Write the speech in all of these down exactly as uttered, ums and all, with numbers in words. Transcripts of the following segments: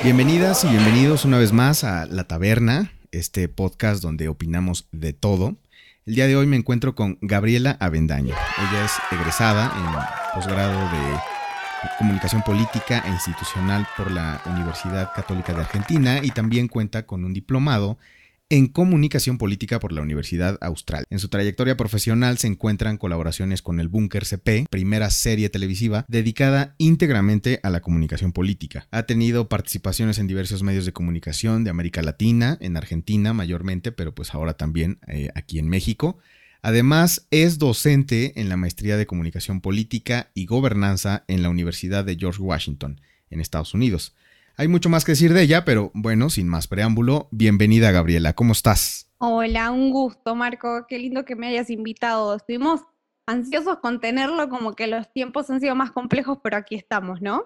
Bienvenidas y bienvenidos una vez más a La Taberna, este podcast donde opinamos de todo. El día de hoy me encuentro con Gabriela Avendaño. Ella es egresada en posgrado de Comunicación Política e Institucional por la Universidad Católica de Argentina y también cuenta con un diplomado en Comunicación Política por la Universidad Austral. En su trayectoria profesional se encuentran colaboraciones con El Búnker C P, primera serie televisiva dedicada íntegramente a la comunicación política. Ha tenido participaciones en diversos medios de comunicación de América Latina, en Argentina mayormente, pero pues ahora también eh, aquí en México. Además, es docente en la Maestría de Comunicación Política y Gobernanza en la Universidad de George Washington, en Estados Unidos. Hay mucho más que decir de ella, pero bueno, sin más preámbulo, bienvenida Gabriela, ¿cómo estás? Hola, un gusto, Marco, qué lindo que me hayas invitado. Estuvimos ansiosos con tenerlo, como que los tiempos han sido más complejos, pero aquí estamos, ¿no?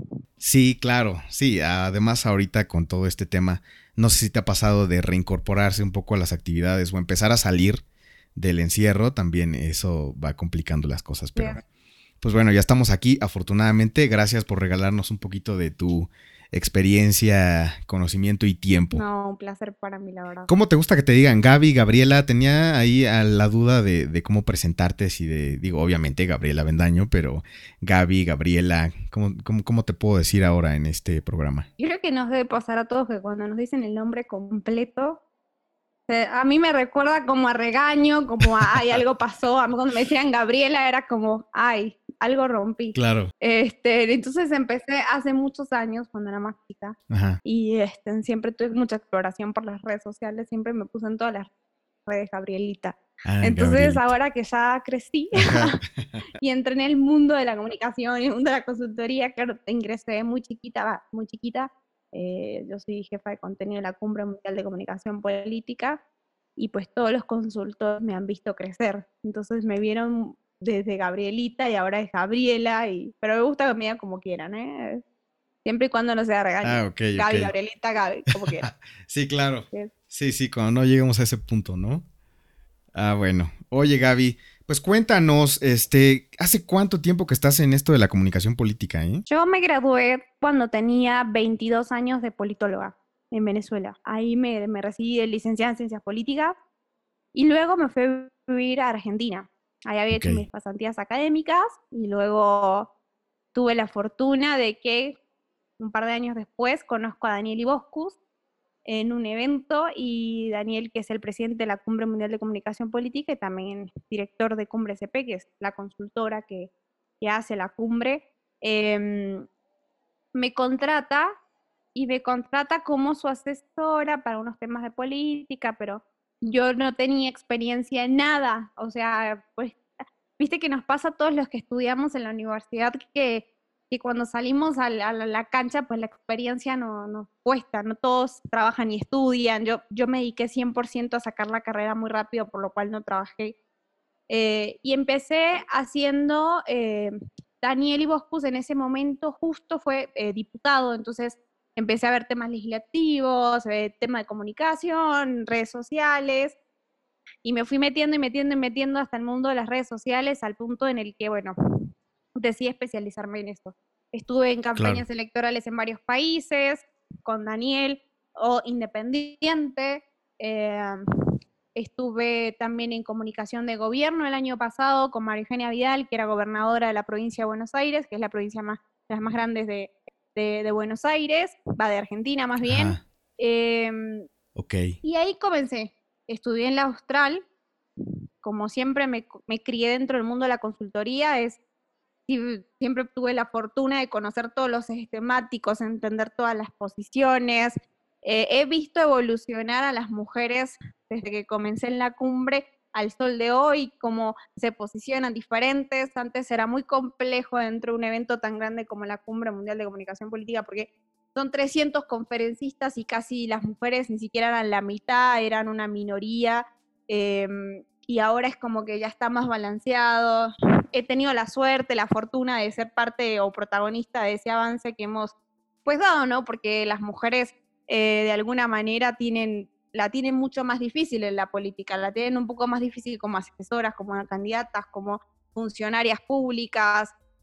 Sí, claro, sí, además ahorita con todo este tema, no sé si te ha pasado de reincorporarse un poco a las actividades o empezar a salir del encierro, también eso va complicando las cosas, pero Bien. pues bueno, ya estamos aquí, afortunadamente, gracias por regalarnos un poquito de tu experiencia, conocimiento y tiempo. No, un placer para mí, la verdad. ¿Cómo te gusta que te digan Gaby, Gabriela? Tenía ahí a la duda de, de cómo presentarte, si de, digo, obviamente Gabriela Avendaño, pero Gaby, Gabriela, ¿cómo, cómo, cómo te puedo decir ahora en este programa? Yo creo que nos debe pasar a todos que cuando nos dicen el nombre completo, eh, a mí me recuerda como a regaño, como a, ay, algo pasó. A mí cuando me decían Gabriela era como, ay, algo rompí. Claro. Este, entonces empecé hace muchos años, cuando era más chica, Ajá. y este, siempre tuve mucha exploración por las redes sociales, siempre me puse en todas las redes Gabrielita. Ah, Entonces, Gabrielita. ahora que ya crecí Ajá. y entré en el mundo de la comunicación y el mundo de la consultoría, claro, ingresé muy chiquita, va, muy chiquita. Eh, yo soy jefa de contenido de la Cumbre Mundial de Comunicación Política y pues todos los consultores me han visto crecer. Entonces me vieron desde Gabrielita y ahora es Gabriela, y, pero me gusta que me digan como quieran, ¿eh? Siempre y cuando no sea regaño. Ah, ok, ok. Gaby, Gabrielita, Gaby, como quieran. Sí, claro. ¿Sí? Sí, sí, cuando no lleguemos a ese punto, ¿no? Ah, bueno. Oye, Gaby, pues cuéntanos, este, ¿hace cuánto tiempo que estás en esto de la comunicación política, eh? Yo me gradué cuando tenía veintidós años de politóloga en Venezuela. Ahí me, me recibí de licenciada en Ciencias Políticas y luego me fui a vivir a Argentina. Ahí había Ok. hecho mis pasantías académicas y luego tuve la fortuna de que un par de años después conozco a Daniel Iboscus en un evento, y Daniel, que es el presidente de la Cumbre Mundial de Comunicación Política y también director de Cumbre C P, que es la consultora que, que hace la cumbre, eh, me contrata y me contrata como su asesora para unos temas de política, pero yo no tenía experiencia en nada. O sea, pues, viste que nos pasa a todos los que estudiamos en la universidad que, que cuando salimos a la, a la cancha, pues la experiencia no nos cuesta, no todos trabajan y estudian. Yo, yo me dediqué cien por ciento a sacar la carrera muy rápido, por lo cual no trabajé. Eh, y empecé haciendo, eh, Daniel Iboscus en ese momento justo fue eh, diputado, entonces empecé a ver temas legislativos, eh, temas de comunicación, redes sociales, y me fui metiendo y metiendo y metiendo hasta el mundo de las redes sociales, al punto en el que, bueno, decidí especializarme en esto. Estuve en Claro. campañas electorales en varios países, con Daniel, o independiente. Eh, estuve también en comunicación de gobierno el año pasado con María Eugenia Vidal, que era gobernadora de la provincia de Buenos Aires, que es la provincia más, de las más grandes de, de, de Buenos Aires, va de Argentina más bien. Ajá. Eh, Ok. y ahí comencé. Estudié en la Austral, como siempre me, me crié dentro del mundo de la consultoría, es siempre tuve la fortuna de conocer todos los sistemáticos, entender todas las posiciones. Eh, he visto evolucionar a las mujeres desde que comencé en la cumbre al sol de hoy, cómo se posicionan diferentes. Antes era muy complejo dentro de un evento tan grande como la Cumbre Mundial de Comunicación Política, porque son trescientos conferencistas y casi las mujeres ni siquiera eran la mitad, eran una minoría. Eh, y ahora es como que ya está más balanceado. He tenido la suerte, la fortuna de ser parte o protagonista de ese avance que hemos pues dado, ¿no? Porque las mujeres eh, de alguna manera tienen, la tienen mucho más difícil en la política, la tienen un poco más difícil como asesoras, como candidatas, como funcionarias públicas.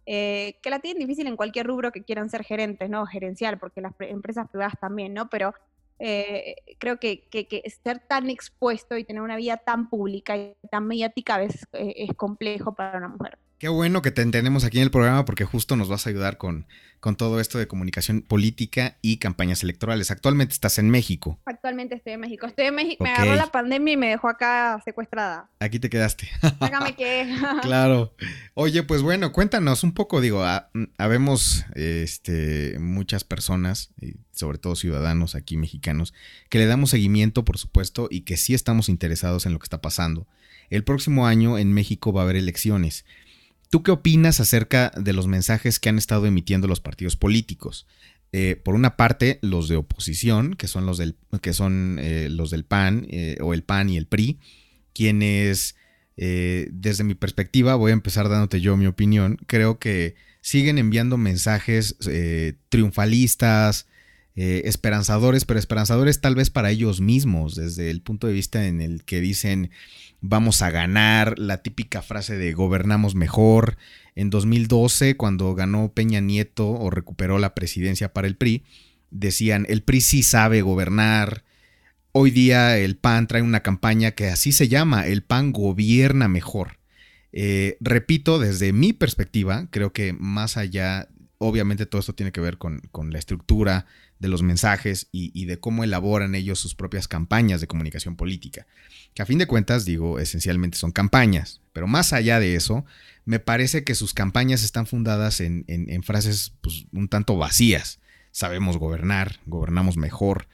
eh, que la tienen difícil en cualquier rubro que quieran ser gerentes, ¿no? Gerencial, porque las pre- empresas privadas también, ¿no? Pero eh, creo que, que, que ser tan expuesto y tener una vida tan pública y tan mediática a veces eh, es complejo para una mujer. Qué bueno que te tenemos aquí en el programa porque justo nos vas a ayudar con, con todo esto de comunicación política y campañas electorales. Actualmente estás en México. Actualmente estoy en México. Estoy en México, me Ok, agarró la pandemia y me dejó acá secuestrada. aquí te quedaste. Acá me quedé. Claro. Oye, pues bueno, cuéntanos un poco, digo, ha- habemos este, muchas personas, y sobre todo ciudadanos aquí mexicanos, que le damos seguimiento, por supuesto, y que sí estamos interesados en lo que está pasando. El próximo año en México va a haber elecciones. ¿Tú qué opinas acerca de los mensajes que han estado emitiendo los partidos políticos? Eh, por una parte, los de oposición, que son los del, que son, eh, los del P A N, eh, o el P A N y el P R I, quienes, eh, desde mi perspectiva, voy a empezar dándote yo mi opinión, creo que siguen enviando mensajes eh, triunfalistas, eh, esperanzadores, pero esperanzadores tal vez para ellos mismos, desde el punto de vista en el que dicen vamos a ganar, la típica frase de gobernamos mejor. En dos mil doce, cuando ganó Peña Nieto o recuperó la presidencia para el P R I, decían el P R I sí sabe gobernar. Hoy día el P A N trae una campaña que así se llama, el P A N gobierna mejor. Eh, repito, desde mi perspectiva, creo que más allá, obviamente todo esto tiene que ver con, con la estructura de los mensajes y, y de cómo elaboran ellos sus propias campañas de comunicación política, que a fin de cuentas, digo, esencialmente son campañas, pero más allá de eso, me parece que sus campañas están fundadas en, en, en frases pues, un tanto vacías. Sabemos gobernar, gobernamos mejor,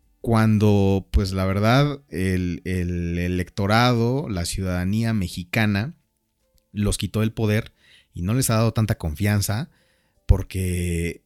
cuando pues la verdad el, el electorado, la ciudadanía mexicana los quitó el poder y no les ha dado tanta confianza porque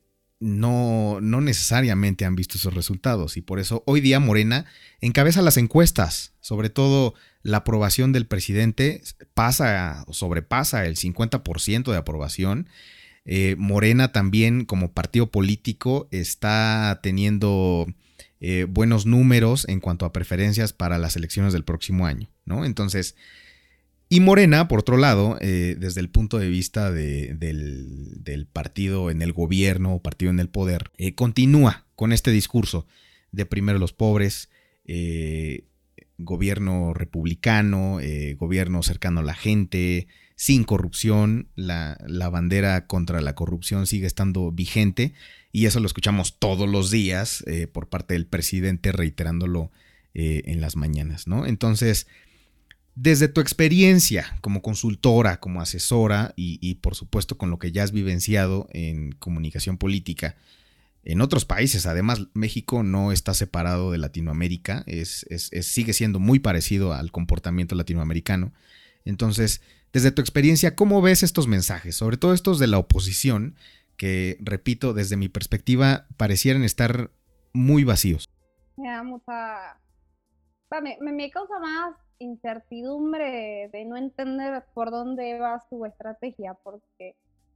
no, no necesariamente han visto esos resultados y por eso hoy día Morena encabeza las encuestas, sobre todo la aprobación del presidente pasa o sobrepasa el cincuenta por ciento de aprobación. Eh, Morena también como partido político está teniendo eh, buenos números en cuanto a preferencias para las elecciones del próximo año, ¿no? Entonces, y Morena, por otro lado, eh, desde el punto de vista de, del, del partido en el gobierno o partido en el poder, eh, continúa con este discurso de primero los pobres, eh, gobierno republicano, eh, gobierno cercano a la gente, sin corrupción, la, la bandera contra la corrupción sigue estando vigente y eso lo escuchamos todos los días eh, por parte del presidente reiterándolo eh, en las mañanas, ¿no? Entonces, desde tu experiencia como consultora, como asesora y, y por supuesto con lo que ya has vivenciado en comunicación política, en otros países, además México no está separado de Latinoamérica, es, es, es, sigue siendo muy parecido al comportamiento latinoamericano. Entonces, desde tu experiencia, ¿cómo ves estos mensajes? Sobre todo estos de la oposición, que, repito, desde mi perspectiva, parecieran estar muy vacíos. Me da mucha... Me, me, me causa más incertidumbre de no entender por dónde va su estrategia, porque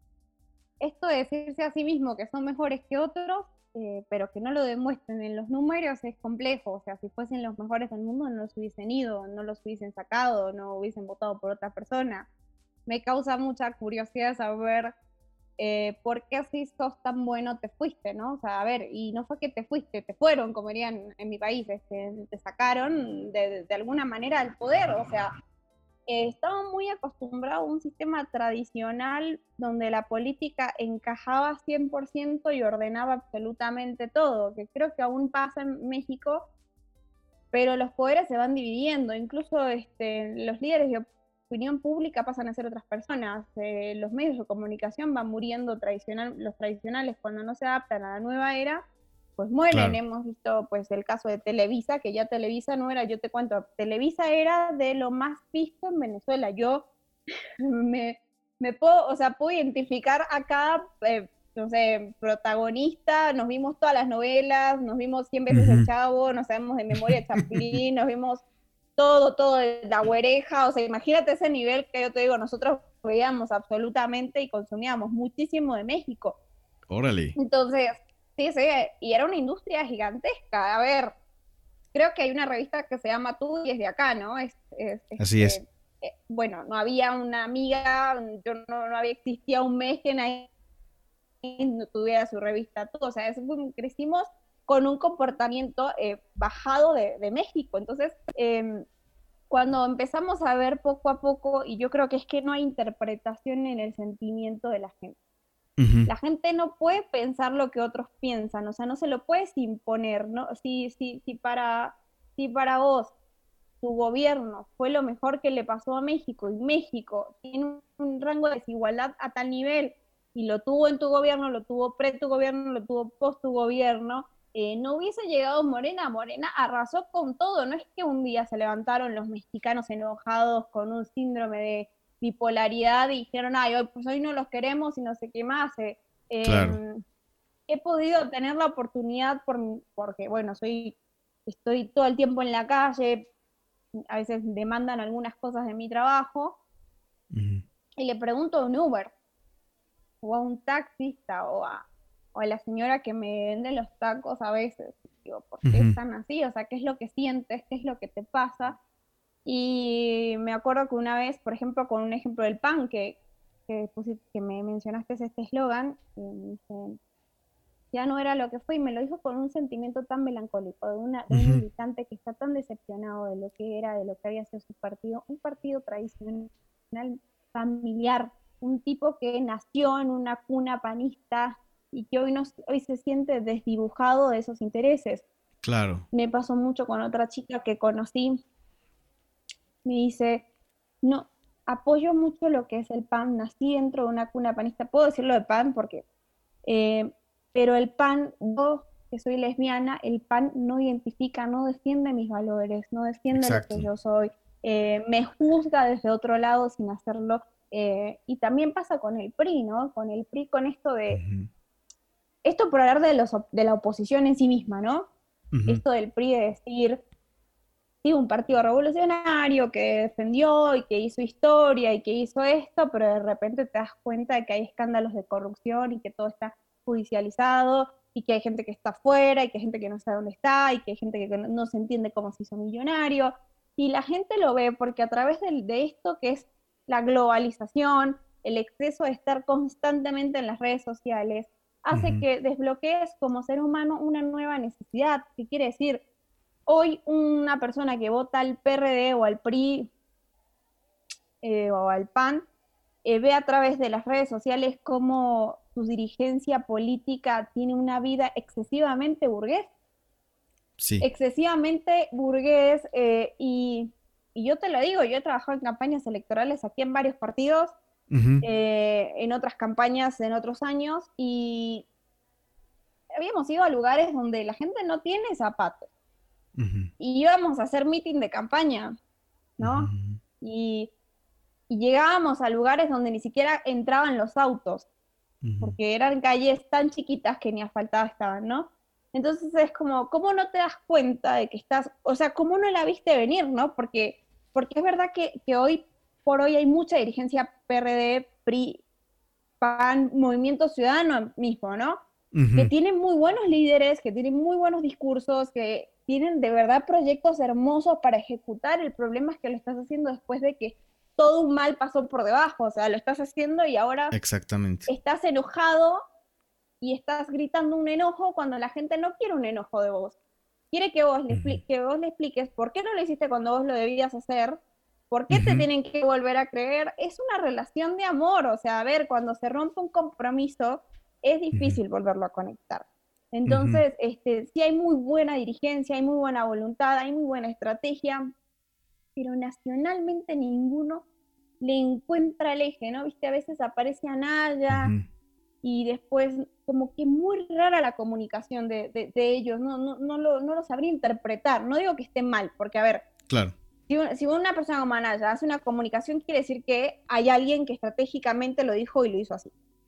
esto de decirse a sí mismo que son mejores que otros, eh, pero que no lo demuestren en los números es complejo. O sea, si fuesen los mejores del mundo no los hubiesen ido, no los hubiesen sacado, no hubiesen votado por otra persona. Me causa mucha curiosidad saber eh, por qué si sos tan bueno te fuiste, ¿no? O sea, a ver, y no fue que te fuiste, te fueron, como dirían en mi país, este, te sacaron de, de alguna manera del poder. O sea, eh, estaba muy acostumbrado a un sistema tradicional donde la política encajaba cien por ciento y ordenaba absolutamente todo, que creo que aún pasa en México, pero los poderes se van dividiendo, incluso este, los líderes de opinión pública pasan a ser otras personas, eh, los medios de comunicación van muriendo tradicional, los tradicionales cuando no se adaptan a la nueva era, pues mueren. Claro. Hemos visto pues el caso de Televisa, que ya Televisa no era, yo te cuento, Televisa era de lo más visto en Venezuela. Yo me, me puedo, o sea, puedo identificar a cada, eh, no sé, protagonista, nos vimos todas las novelas, nos vimos cien veces uh-huh. El Chavo, nos sabemos de memoria Chaplin, nos vimos todo, todo de La Güereja. O sea, imagínate ese nivel que yo te digo, nosotros veíamos absolutamente y consumíamos muchísimo de México. Órale. Entonces, sí, sí, y era una industria gigantesca. A ver, creo que hay una revista que se llama Tú y es de acá, ¿no? Es, es, Así este, es. eh, bueno, no había una amiga, yo no, no había existía un mes que nadie no tuviera su revista, todo, o sea, es, crecimos con un comportamiento eh, bajado de, de México, entonces eh, cuando empezamos a ver poco a poco, y yo creo que es que no hay interpretación en el sentimiento de la gente. Uh-huh. La gente no puede pensar lo que otros piensan, o sea, no se lo puedes imponer, ¿no? Si, si, si, para, si para vos tu gobierno fue lo mejor que le pasó a México y México tiene un, un rango de desigualdad a tal nivel y lo tuvo en tu gobierno, lo tuvo pre tu gobierno, lo tuvo post tu gobierno, eh, no hubiese llegado Morena. Morena arrasó con todo, no es que un día se levantaron los mexicanos enojados con un síndrome de bipolaridad y dijeron, ay, hoy, pues hoy no los queremos y no sé qué más. Eh, Claro. eh, he podido tener la oportunidad por, porque, bueno, soy, estoy todo el tiempo en la calle, a veces demandan algunas cosas de mi trabajo, Uh-huh. y le pregunto a un Uber, o a un taxista, o a, o a la señora que me vende los tacos a veces, digo, ¿por qué Uh-huh. están así? O sea, ¿qué es lo que sientes? ¿Qué es lo que te pasa? Y me acuerdo que una vez, por ejemplo, con un ejemplo del pan, que, que, pusiste, que me mencionaste este eslogan, me dicen, ya no era lo que fue, y me lo dijo con un sentimiento tan melancólico, de, una, de un Uh-huh. militante que está tan decepcionado de lo que era, de lo que había sido su partido, un partido tradicional, familiar, un tipo que nació en una cuna panista y que hoy, no, hoy se siente desdibujado de esos intereses. Claro. Me pasó mucho con otra chica que conocí, me dice, no, apoyo mucho lo que es el pan, nací dentro de una cuna panista, puedo decirlo de pan porque... Eh, pero el pan, yo que soy lesbiana, el pan no identifica, no defiende mis valores, no defiende lo que Exacto. yo soy, eh, me juzga desde otro lado sin hacerlo. Eh, y también pasa con el P R I, ¿no? Con el P R I, con esto de, Uh-huh. esto por hablar de, los, de la oposición en sí misma, ¿no? Uh-huh. Esto del P R I de decir, sí, un partido revolucionario que defendió y que hizo historia y que hizo esto, pero de repente te das cuenta de que hay escándalos de corrupción y que todo está judicializado y que hay gente que está afuera y que hay gente que no sabe dónde está y que hay gente que no se entiende cómo se hizo millonario. Y la gente lo ve porque a través de, de esto que es la globalización, el exceso de estar constantemente en las redes sociales, hace Uh-huh. que desbloquees como ser humano una nueva necesidad, que quiere decir, hoy una persona que vota al P R D o al P R I eh, o al P A N eh, ve a través de las redes sociales cómo su dirigencia política tiene una vida excesivamente burgués, Sí. excesivamente burgués eh, y, y, yo te lo digo, yo he trabajado en campañas electorales aquí en varios partidos, Uh-huh. eh, en otras campañas en otros años y habíamos ido a lugares donde la gente no tiene zapatos Uh-huh. y íbamos a hacer meeting de campaña, ¿no? Uh-huh. Y, y llegábamos a lugares donde ni siquiera entraban los autos, Uh-huh. porque eran calles tan chiquitas que ni asfaltadas estaban, ¿no? Entonces es como, ¿cómo no te das cuenta de que estás, o sea, cómo no la viste venir, ¿no? Porque, porque es verdad que, que hoy por hoy hay mucha dirigencia P R D, P R I, P A N, Movimiento Ciudadano mismo, ¿no? Que Uh-huh. tienen muy buenos líderes, que tienen muy buenos discursos, que tienen de verdad proyectos hermosos para ejecutar. El problema es que lo estás haciendo después de que todo un mal pasó por debajo, o sea, lo estás haciendo y ahora Exactamente. estás enojado y estás gritando un enojo cuando la gente no quiere un enojo de vos. Quiere que vos le, Uh-huh. que vos le expliques por qué no lo hiciste cuando vos lo debías hacer, por qué te Uh-huh. tienen que volver a creer. Es una relación de amor, o sea, a ver, cuando se rompe un compromiso, es Uh-huh. difícil volverlo a conectar. Uh-huh. Entonces, este, sí hay muy buena dirigencia, hay muy buena voluntad, hay muy buena estrategia, pero nacionalmente ninguno le encuentra el eje, ¿no? Viste, a veces aparece Anaya Uh-huh. y después como que muy rara la comunicación de, de, de ellos, no, no, no, lo, no lo sabría interpretar, no digo que esté mal, porque a ver, Claro. si, un, si una persona como Anaya hace una comunicación, quiere decir que hay alguien que estratégicamente lo dijo y lo hizo así.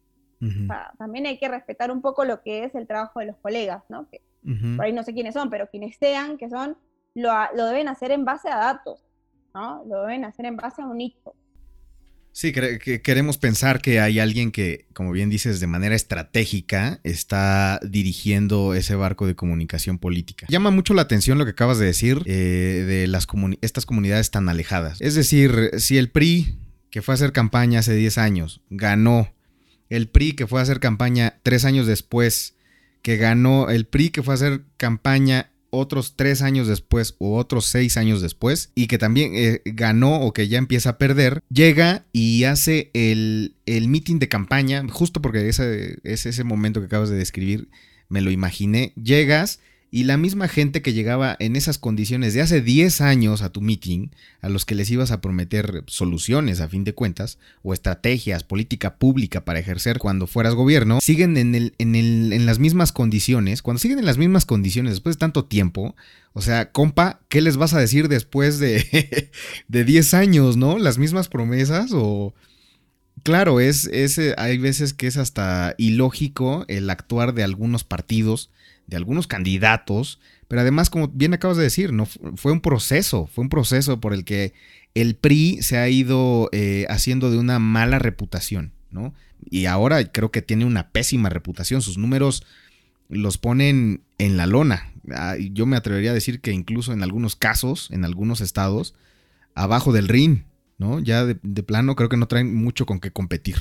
O Uh-huh. sea, también hay que respetar un poco lo que es el trabajo de los colegas, ¿no? Que Uh-huh. por ahí no sé quiénes son, pero quienes sean que son, lo, lo deben hacer en base a datos, ¿no? Lo deben hacer en base a un hito. Sí, cre- que queremos pensar que hay alguien que, como bien dices, de manera estratégica está dirigiendo ese barco de comunicación política. Llama mucho la atención lo que acabas de decir eh, de las comuni- estas comunidades tan alejadas. Es decir, si el P R I, que fue a hacer campaña hace diez años, ganó, el P R I que fue a hacer campaña tres años después, que ganó el P R I que fue a hacer campaña otros tres años después u otros seis años después y que también eh, ganó o que ya empieza a perder, llega y hace el, el meeting de campaña, justo porque ese, es ese momento que acabas de describir, me lo imaginé, llegas y la misma gente que llegaba en esas condiciones de hace diez años a tu meeting, a los que les ibas a prometer soluciones a fin de cuentas, o estrategias, política pública para ejercer cuando fueras gobierno, siguen en, el, en, el, en las mismas condiciones. Cuando siguen en las mismas condiciones después de tanto tiempo, o sea, compa, ¿qué les vas a decir después de, de diez años, no? ¿Las mismas promesas o...? Claro, es, es, hay veces que es hasta ilógico el actuar de algunos partidos, de algunos candidatos, pero además, como bien acabas de decir, no fue un proceso, fue un proceso por el que el P R I se ha ido eh, haciendo de una mala reputación, ¿no? Y ahora creo que tiene una pésima reputación, sus números los ponen en la lona. Yo me atrevería a decir que incluso en algunos casos, en algunos estados, abajo del ring, ¿no? Ya de, de plano creo que no traen mucho con qué competir.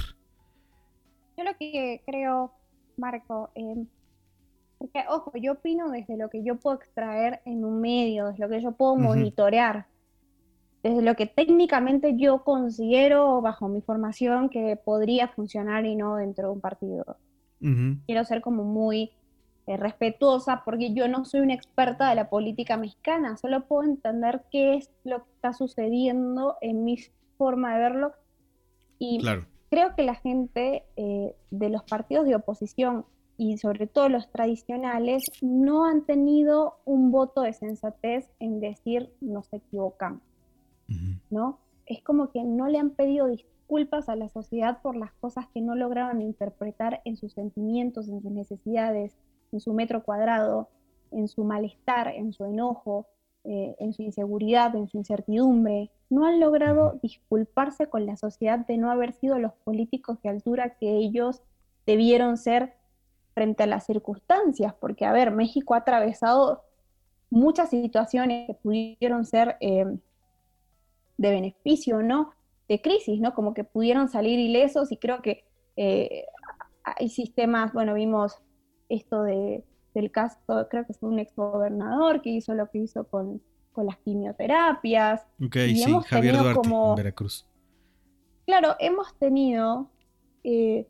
Yo lo que creo, Marco, eh, porque, ojo, yo opino desde lo que yo puedo extraer en un medio, desde lo que yo puedo Uh -huh. monitorear, desde lo que técnicamente yo considero, bajo mi formación, que podría funcionar y no dentro de un partido. Uh -huh. Quiero ser como muy eh, respetuosa, porque yo no soy una experta de la política mexicana, solo puedo entender qué es lo que está sucediendo en mi forma de verlo. Y claro, creo que la gente eh, de los partidos de oposición, y sobre todo los tradicionales, no han tenido un voto de sensatez en decir nos equivocamos, uh-huh. ¿no? Es como que no le han pedido disculpas a la sociedad por las cosas que no lograban interpretar en sus sentimientos, en sus necesidades, en su metro cuadrado, en su malestar, en su enojo, eh, en su inseguridad, en su incertidumbre. No han logrado uh-huh. disculparse con la sociedad de no haber sido los políticos de altura que ellos debieron ser frente a las circunstancias, porque, a ver, México ha atravesado muchas situaciones que pudieron ser eh, de beneficio, ¿no? De crisis, ¿no? Como que pudieron salir ilesos, y creo que eh, hay sistemas, bueno, vimos esto de, del caso, creo que fue un exgobernador que hizo lo que hizo con, con las quimioterapias. Ok, y sí, hemos Javier tenido Duarte, como, en Veracruz. Claro, hemos tenido eh,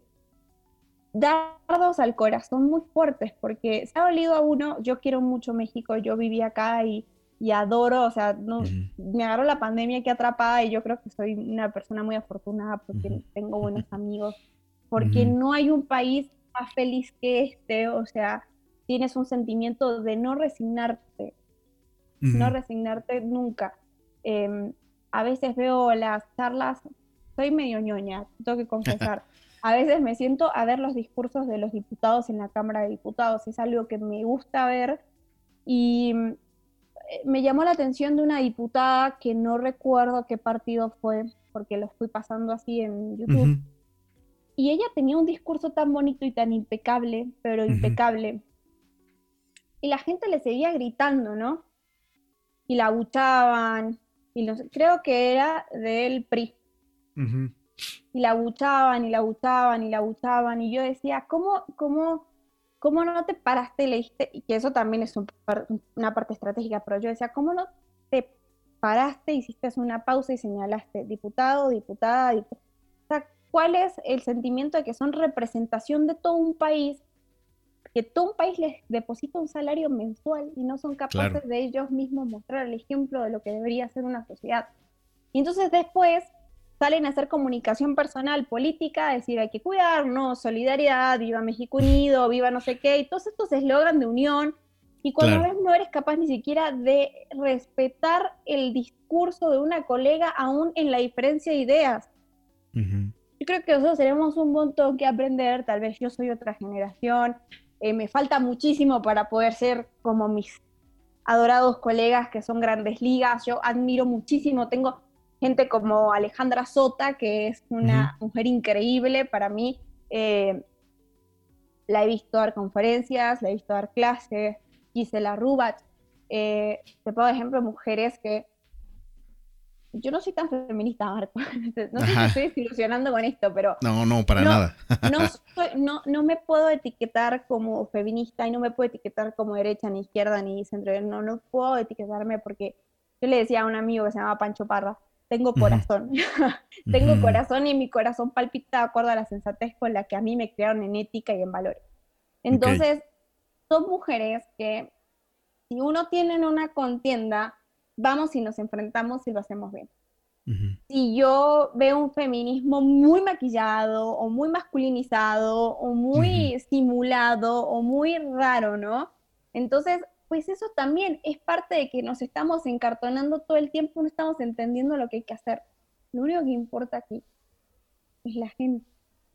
dardos al corazón muy fuertes, porque se ha dolido a uno. Yo quiero mucho México, yo viví acá y, y adoro, o sea, no, uh-huh. me agarró la pandemia aquí atrapada, y yo creo que soy una persona muy afortunada porque uh-huh. tengo buenos amigos, porque uh-huh. no hay un país más feliz que este. O sea, tienes un sentimiento de no resignarte, uh-huh. no resignarte nunca. Eh, a veces veo las charlas, soy medio ñoña, tengo que confesar. A veces me siento a ver los discursos de los diputados en la Cámara de Diputados, es algo que me gusta ver, y me llamó la atención de una diputada que no recuerdo qué partido fue, porque lo fui pasando así en YouTube, uh-huh. y ella tenía un discurso tan bonito y tan impecable, pero uh-huh. impecable, y la gente le seguía gritando, ¿no? Y la abuchaban, y los, creo que era del P R I. Uh-huh. Y la abuchaban, y la abuchaban, y la abuchaban, y yo decía, ¿cómo, cómo, cómo no te paraste y le dijiste? Y que eso también es un, una parte estratégica, pero yo decía, ¿cómo no te paraste, hiciste una pausa y señalaste, diputado, diputada, diputada? O sea, ¿cuál es el sentimiento de que son representación de todo un país, que todo un país les deposita un salario mensual y no son capaces claro. de ellos mismos mostrar el ejemplo de lo que debería ser una sociedad? Y entonces después salen a hacer comunicación personal, política, a decir hay que cuidarnos, solidaridad, viva México unido, viva no sé qué, y todos estos eslogans de unión, y cuando claro. ves no eres capaz ni siquiera de respetar el discurso de una colega, aún en la diferencia de ideas. Uh-huh. Yo creo que nosotros tenemos un montón que aprender, tal vez yo soy otra generación, eh, me falta muchísimo para poder ser como mis adorados colegas que son grandes ligas. Yo admiro muchísimo, tengo... gente como Alejandra Sota, que es una uh-huh. mujer increíble para mí. Eh, la he visto dar conferencias, la he visto dar clases, Gisela Rubach. Eh, te pongo de ejemplo mujeres que... Yo no soy tan feminista, Marco. No sé si te estoy desilusionando con esto, pero... No, no, para no, nada. no, soy, no, no me puedo etiquetar como feminista y no me puedo etiquetar como derecha, ni izquierda, ni centro. No, no puedo etiquetarme porque yo le decía a un amigo que se llama Pancho Parra, tengo corazón. Uh-huh. Tengo uh-huh. corazón y mi corazón palpita de acuerdo a la sensatez con la que a mí me criaron en ética y en valores. Entonces, okay. son mujeres que si uno tiene una contienda, vamos y nos enfrentamos y lo hacemos bien. Uh-huh. Si yo veo un feminismo muy maquillado o muy masculinizado o muy uh-huh. simulado o muy raro, ¿no? Entonces, pues eso también es parte de que nos estamos encartonando todo el tiempo, no estamos entendiendo lo que hay que hacer. Lo único que importa aquí es la gente.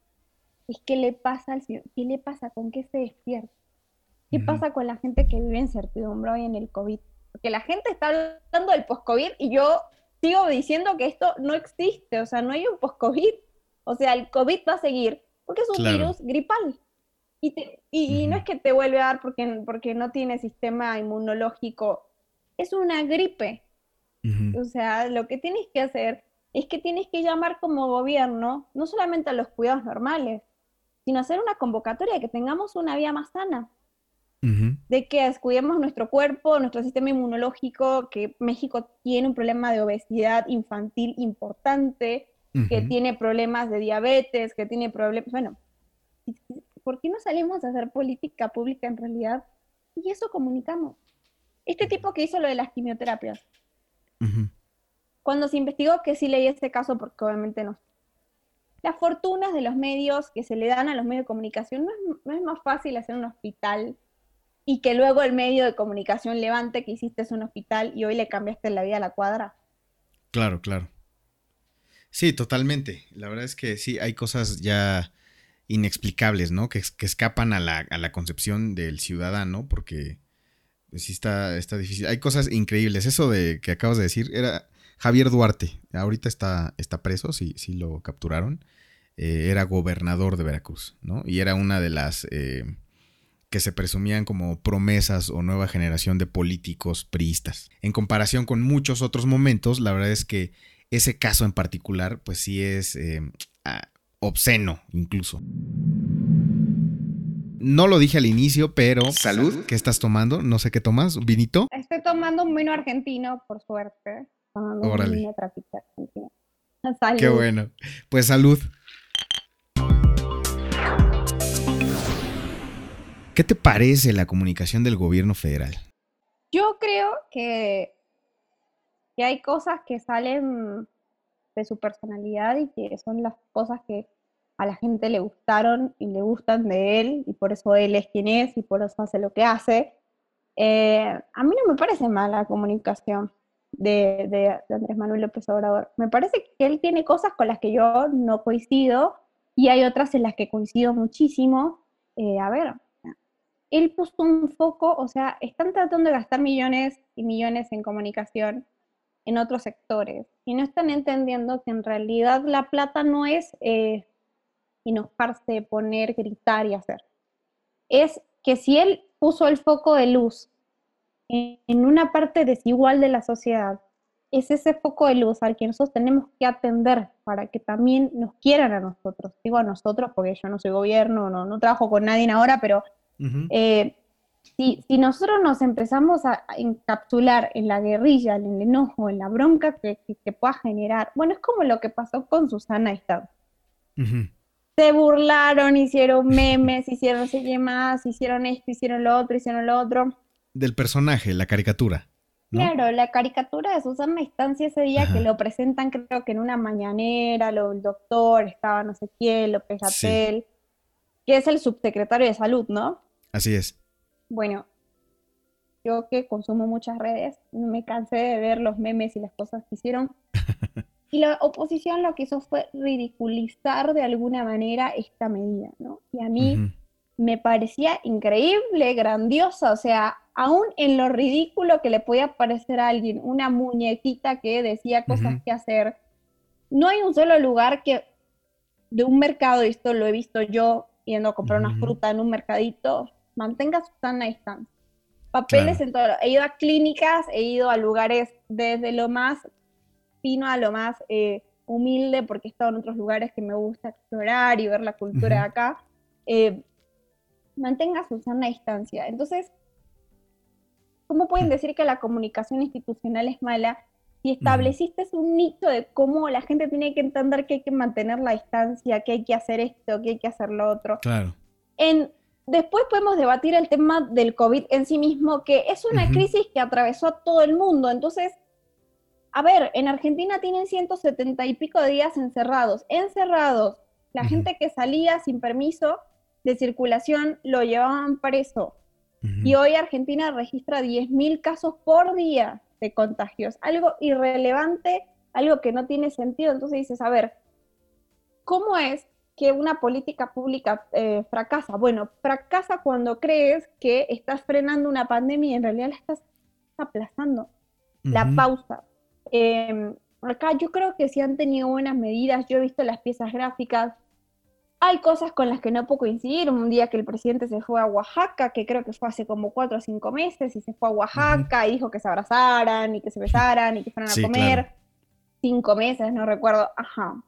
Es qué le pasa al ciudadano, qué le pasa, con qué se despierta. ¿Qué uh-huh. pasa con la gente que vive en certidumbre hoy en el COVID? Porque la gente está hablando del post-COVID y yo sigo diciendo que esto no existe, o sea, no hay un post-COVID. O sea, el COVID va a seguir porque es un claro. virus gripal. Y, te, y, uh-huh. y no es que te vuelve a dar porque, porque no tiene sistema inmunológico, es una gripe. Uh-huh. O sea, lo que tienes que hacer es que tienes que llamar como gobierno, no solamente a los cuidados normales, sino hacer una convocatoria de que tengamos una vida más sana. Uh-huh. De que descuidemos nuestro cuerpo, nuestro sistema inmunológico, que México tiene un problema de obesidad infantil importante, uh-huh. que tiene problemas de diabetes, que tiene problemas, bueno, ¿por qué no salimos a hacer política pública en realidad? Y eso comunicamos. Este tipo que hizo lo de las quimioterapias, uh-huh. cuando se investigó, que sí leí este caso porque obviamente no. Las fortunas de los medios que se le dan a los medios de comunicación, no es, no es más fácil hacer un hospital y que luego el medio de comunicación levante que hiciste un hospital y hoy le cambiaste la vida a la cuadra. Claro, claro. Sí, totalmente. La verdad es que sí, hay cosas ya inexplicables, ¿no? Que, que escapan a la, a la concepción del ciudadano, porque pues, sí está, está difícil. Hay cosas increíbles. Eso de que acabas de decir era Javier Duarte. Ahorita está, está preso, sí, sí lo capturaron. Eh, era gobernador de Veracruz, ¿no? Y era una de las... Eh, que se presumían como promesas o nueva generación de políticos priistas. En comparación con muchos otros momentos, la verdad es que ese caso en particular, pues sí es eh, obsceno incluso. No lo dije al inicio, pero... ¿Salud? ¿Qué estás tomando? No sé qué tomas. ¿Un vinito? Estoy tomando un vino argentino, por suerte. Tomando Órale. Un vino trapita argentino. Salud. Qué bueno. Pues salud. ¿Qué te parece la comunicación del gobierno federal? Yo creo que, que hay cosas que salen de su personalidad y que son las cosas que a la gente le gustaron y le gustan de él y por eso él es quien es y por eso hace lo que hace. Eh, a mí no me parece mala la comunicación de, de, de Andrés Manuel López Obrador. Me parece que él tiene cosas con las que yo no coincido y hay otras en las que coincido muchísimo. Eh, a ver... Él puso un foco, o sea, están tratando de gastar millones y millones en comunicación en otros sectores y no están entendiendo que en realidad la plata no es eh, enojarse, poner, gritar y hacer. Es que si él puso el foco de luz en, en una parte desigual de la sociedad, es ese foco de luz al que nosotros tenemos que atender para que también nos quieran a nosotros. Digo a nosotros porque yo no soy gobierno, no, no trabajo con nadie ahora, pero Uh-huh. Eh, si, si nosotros nos empezamos a, a encapsular en la guerrilla, en el enojo, en la bronca que, que, que pueda generar, bueno, es como lo que pasó con Susana Estado. Uh-huh. Se burlaron, hicieron memes, hicieron no sé qué más, hicieron esto, hicieron lo otro, hicieron lo otro. Del personaje, la caricatura, ¿no? Claro, la caricatura de Susana Estancia ese día, uh-huh. que lo presentan creo que en una mañanera, lo, el doctor, estaba no sé quién, López Gatell, sí. que es el subsecretario de Salud, ¿no? Así es. Bueno, yo que consumo muchas redes, me cansé de ver los memes y las cosas que hicieron. Y la oposición lo que hizo fue ridiculizar de alguna manera esta medida, ¿no? Y a mí uh-huh. me parecía increíble, grandiosa, o sea, aún en lo ridículo que le podía parecer a alguien, una muñequita que decía cosas Ujú. que hacer, no hay un solo lugar que de un mercado, y esto lo he visto yo yendo a comprar una Ujú. fruta en un mercadito, mantenga su sana distancia. Papeles Claro. en todo. He ido a clínicas, he ido a lugares desde lo más fino a lo más eh, humilde, porque he estado en otros lugares que me gusta explorar y ver la cultura de Ujú. acá. Eh, mantenga su sana distancia. Entonces, ¿cómo pueden decir que la comunicación institucional es mala si Ujú. estableciste un nicho de cómo la gente tiene que entender que hay que mantener la distancia, que hay que hacer esto, que hay que hacer lo otro? Claro. En, después podemos debatir el tema del COVID en sí mismo, que es una Ujú. crisis que atravesó a todo el mundo. Entonces, a ver, en Argentina tienen ciento setenta y pico de días encerrados. Encerrados. La Ujú. gente que salía sin permiso de circulación lo llevaban preso. Y Ujú. hoy Argentina registra diez mil casos por día de contagios. Algo irrelevante, algo que no tiene sentido. Entonces dices, a ver, ¿cómo es que una política pública eh, fracasa? Bueno, fracasa cuando crees que estás frenando una pandemia y en realidad la estás aplazando. La Ujú. pausa. Eh, acá yo creo que sí han tenido buenas medidas. Yo he visto las piezas gráficas. Hay cosas con las que no puedo coincidir. Un día que el presidente se fue a Oaxaca, que creo que fue hace como cuatro o cinco meses, y se fue a Ujú. Oaxaca y dijo que se abrazaran y que se besaran y que fueran a Sí, claro. comer. Cinco meses, no recuerdo. Ajá.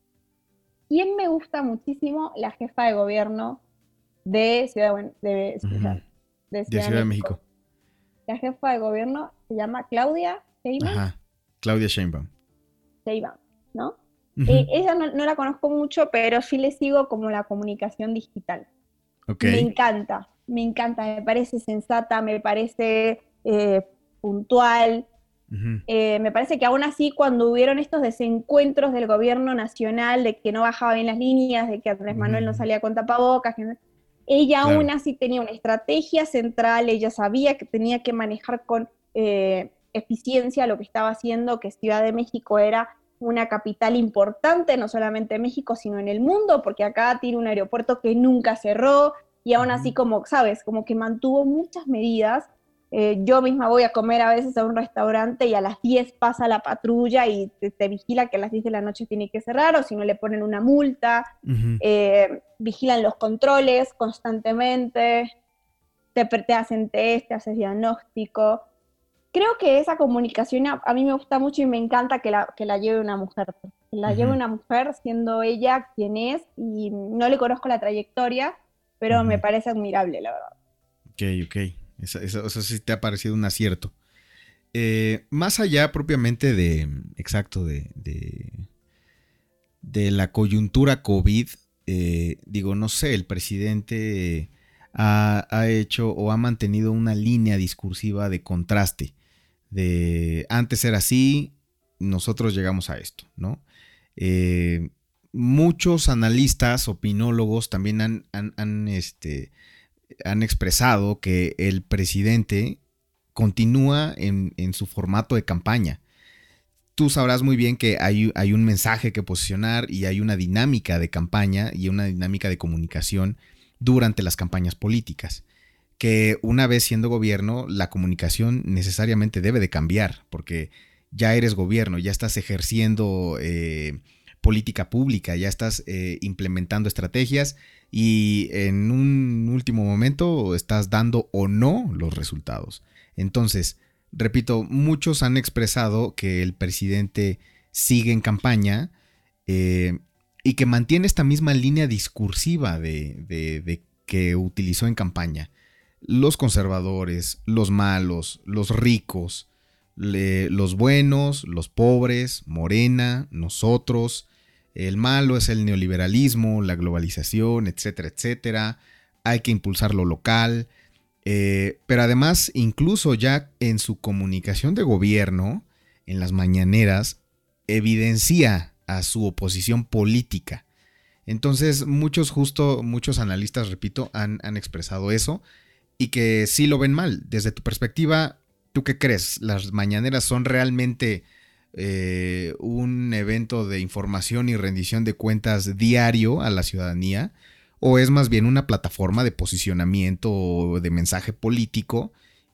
¿Quién me gusta muchísimo? La jefa de gobierno de Ciudad de, de, Ujú. de De Ciudad de Ciudad de México. México. La jefa de gobierno se llama Claudia Sheinbaum, Ajá. Claudia Sheinbaum. Sheinbaum, ¿no? Eh, Ujú. ella no, no la conozco mucho, pero sí le sigo como la comunicación digital. Ok. Me encanta, me encanta, me parece sensata, me parece eh, puntual. Ujú. Eh, me parece que aún así, cuando hubieron estos desencuentros del gobierno nacional, de que no bajaba bien las líneas, de que Andrés Manuel no Ujú. salía con tapabocas, que no- ella aún Claro. así tenía una estrategia central, ella sabía que tenía que manejar con eh, eficiencia lo que estaba haciendo, que Ciudad de México era una capital importante, no solamente en México, sino en el mundo, porque acá tiene un aeropuerto que nunca cerró, y aún así, Ujú. como, ¿sabes? Como que mantuvo muchas medidas. Eh, yo misma voy a comer a veces a un restaurante y a las diez pasa la patrulla y te, te vigila que a las diez de la noche tiene que cerrar, o si no le ponen una multa. Ujú. Eh, vigilan los controles constantemente, te, te hacen test, te haces diagnóstico. Creo que esa comunicación a, a mí me gusta mucho y me encanta que la, que la lleve una mujer, que la lleve Ujú. una mujer siendo ella quien es, y no le conozco la trayectoria, pero me Ujú. parece admirable, la verdad. Ok, ok. Eso, eso, eso sí te ha parecido un acierto. Eh, más allá propiamente de, exacto, de, de, de la coyuntura COVID, eh, digo, no sé, el presidente ha, ha hecho o ha mantenido una línea discursiva de contraste. De antes era así, nosotros llegamos a esto, ¿no? Eh, muchos analistas, opinólogos también han, han, han, este, han expresado que el presidente continúa en, en su formato de campaña. Tú sabrás muy bien que hay, hay un mensaje que posicionar y hay una dinámica de campaña y una dinámica de comunicación durante las campañas políticas. Que una vez siendo gobierno, la comunicación necesariamente debe de cambiar, porque ya eres gobierno, ya estás ejerciendo eh, política pública, ya estás eh, implementando estrategias y en un último momento estás dando o no los resultados. Entonces, repito, muchos han expresado que el presidente sigue en campaña eh, y que mantiene esta misma línea discursiva de, de, de que utilizó en campaña. Los conservadores, los malos, los ricos, le, los buenos, los pobres, Morena, nosotros. El malo es el neoliberalismo, la globalización, etcétera, etcétera. Hay que impulsar lo local. Eh, pero además, incluso ya en su comunicación de gobierno, en las mañaneras, evidencia a su oposición política. Entonces, muchos justo, muchos analistas, repito, han, han expresado eso y que sí lo ven mal. Desde tu perspectiva, ¿tú qué crees? ¿Las mañaneras son realmente eh, un evento de información y rendición de cuentas diario a la ciudadanía? ¿O es más bien una plataforma de posicionamiento o de mensaje político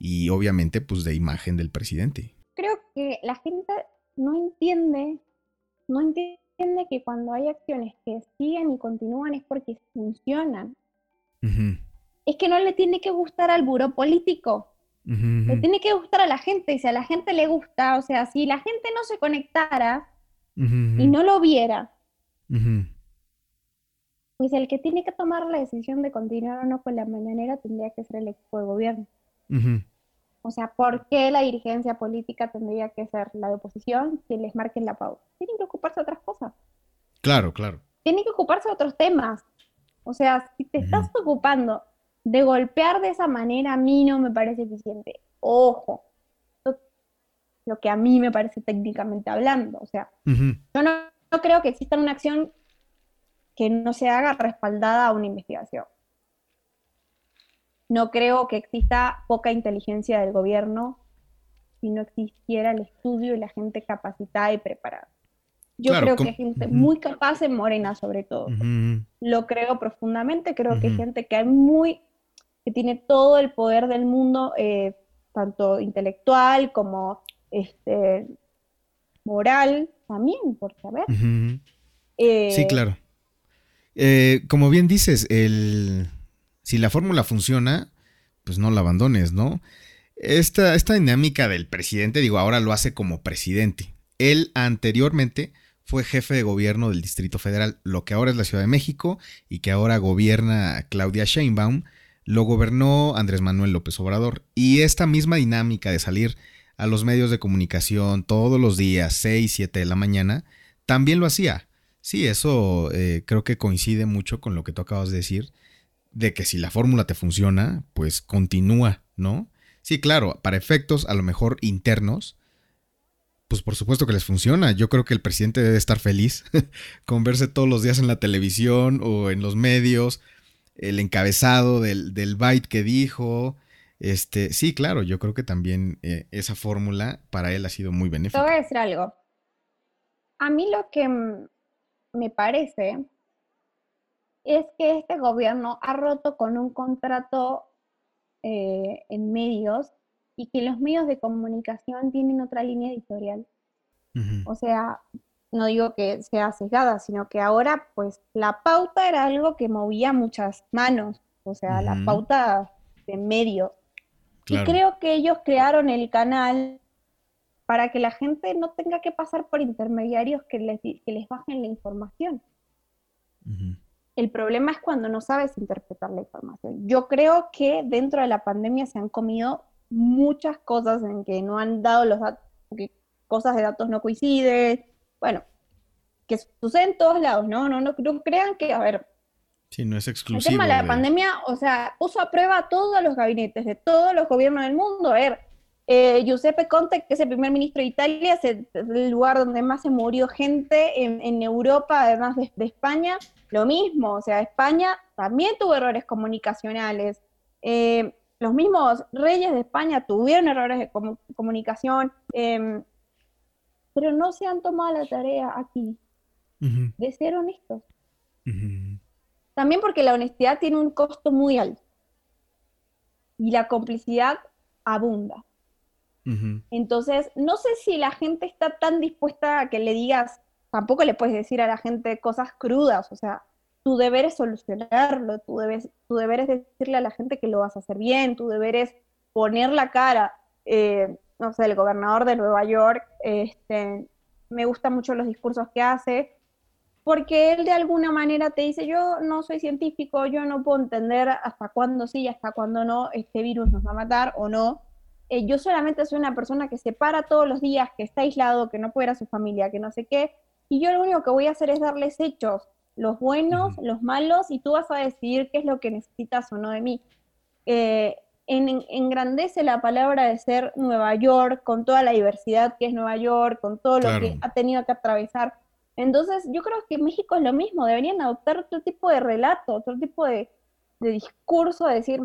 y obviamente pues de imagen del presidente. Creo que la gente no entiende, no entiende que cuando hay acciones que siguen y continúan es porque funcionan. Uh-huh. Es que no le tiene que gustar al buró político, Uh-huh. le tiene que gustar a la gente, y si a la gente le gusta, o sea, si la gente no se conectara Uh-huh. y no lo viera, Uh-huh. pues el que tiene que tomar la decisión de continuar o no con la mañanera tendría que ser el equipo de gobierno. Uh-huh. O sea, ¿por qué la dirigencia política tendría que ser la de oposición quien les marque la pauta? Tienen que ocuparse de otras cosas. Claro, claro. Tienen que ocuparse de otros temas. O sea, si te Uh-huh. estás ocupando de golpear de esa manera, a mí no me parece eficiente. Ojo, lo que a mí me parece técnicamente hablando. O sea, uh-huh. yo no, no creo que exista una acción que no se haga respaldada a una investigación. No creo que exista poca inteligencia del gobierno si no existiera el estudio y la gente capacitada y preparada. Yo Claro, creo com- que hay gente uh-huh. muy capaz en Morena, sobre todo. Uh-huh. Lo creo profundamente. Creo Uh-huh. que hay gente que hay muy, que tiene todo el poder del mundo, eh, tanto intelectual como este, moral, también, por saber. Uh-huh. Eh, sí, claro. Eh, como bien dices, el... si la fórmula funciona, pues no la abandones, ¿no? Esta, esta dinámica del presidente, digo, ahora lo hace como presidente. Él anteriormente fue jefe de gobierno del Distrito Federal, lo que ahora es la Ciudad de México y que ahora gobierna Claudia Sheinbaum, lo gobernó Andrés Manuel López Obrador. Y esta misma dinámica de salir a los medios de comunicación todos los días, seis, siete de la mañana, también lo hacía. Sí, eso eh, creo que coincide mucho con lo que tú acabas de decir, de que si la fórmula te funciona, pues continúa, ¿no? Sí, claro, para efectos a lo mejor internos, pues por supuesto que les funciona. Yo creo que el presidente debe estar feliz con verse todos los días en la televisión o en los medios, el encabezado del, del byte que dijo. Este, sí, claro, yo creo que también eh, esa fórmula para él ha sido muy benéfica. Te voy a decir algo. A mí lo que me parece es que este gobierno ha roto con un contrato eh, en medios y que los medios de comunicación tienen otra línea editorial. Uh-huh. O sea, no digo que sea sesgada, sino que ahora pues la pauta era algo que movía muchas manos, o sea, uh-huh. la pauta de medios. Claro. Y creo que ellos crearon el canal para que la gente no tenga que pasar por intermediarios que les, que les bajen la información. Uh-huh. El problema es cuando no sabes interpretar la información. Yo creo que dentro de la pandemia se han comido muchas cosas en que no han dado los datos, que cosas de datos no coinciden, bueno, que sucede en todos lados, ¿no? No, no, no crean que, a ver... Sí, no es exclusivo. El tema de la de... pandemia, o sea, puso a prueba todos los gabinetes de todos los gobiernos del mundo. A ver, eh, Giuseppe Conte, que es el primer ministro de Italia, es el, el lugar donde más se murió gente en, en Europa, además de, de España, lo mismo, o sea, España también tuvo errores comunicacionales. Eh, los mismos reyes de España tuvieron errores de com- comunicación, eh, pero no se han tomado la tarea aquí uh-huh. de ser honestos. Uh-huh. También porque la honestidad tiene un costo muy alto y la complicidad abunda. Uh-huh. Entonces, no sé si la gente está tan dispuesta a que le digas, tampoco le puedes decir a la gente cosas crudas, o sea, tu deber es solucionarlo, tu, debes, tu deber es decirle a la gente que lo vas a hacer bien, tu deber es poner la cara. Eh, no sé, el gobernador de Nueva York, este, me gustan mucho los discursos que hace, porque él de alguna manera te dice, yo no soy científico, yo no puedo entender hasta cuándo sí y hasta cuándo no este virus nos va a matar o no. Eh, yo solamente soy una persona que se para todos los días, que está aislado, que no puede ver a su familia, que no sé qué, y yo lo único que voy a hacer es darles hechos, los buenos, uh-huh. los malos, y tú vas a decidir qué es lo que necesitas o no de mí. Eh, en, en, engrandece la palabra de ser Nueva York, con toda la diversidad que es Nueva York, con todo claro. lo que ha tenido que atravesar. Entonces, yo creo que México es lo mismo, deberían adoptar otro tipo de relato, otro tipo de, de discurso, de decir,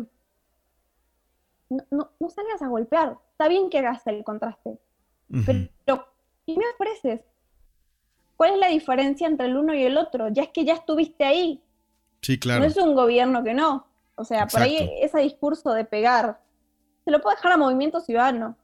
no, no, no salgas a golpear, está bien que hagas el contraste, uh-huh. pero ¿qué me ofreces? ¿Cuál es la diferencia entre el uno y el otro? Ya es que ya estuviste ahí. Sí, claro. No es un gobierno que no. O sea, Exacto. por ahí ese discurso de pegar se lo puedo dejar a Movimiento Ciudadano.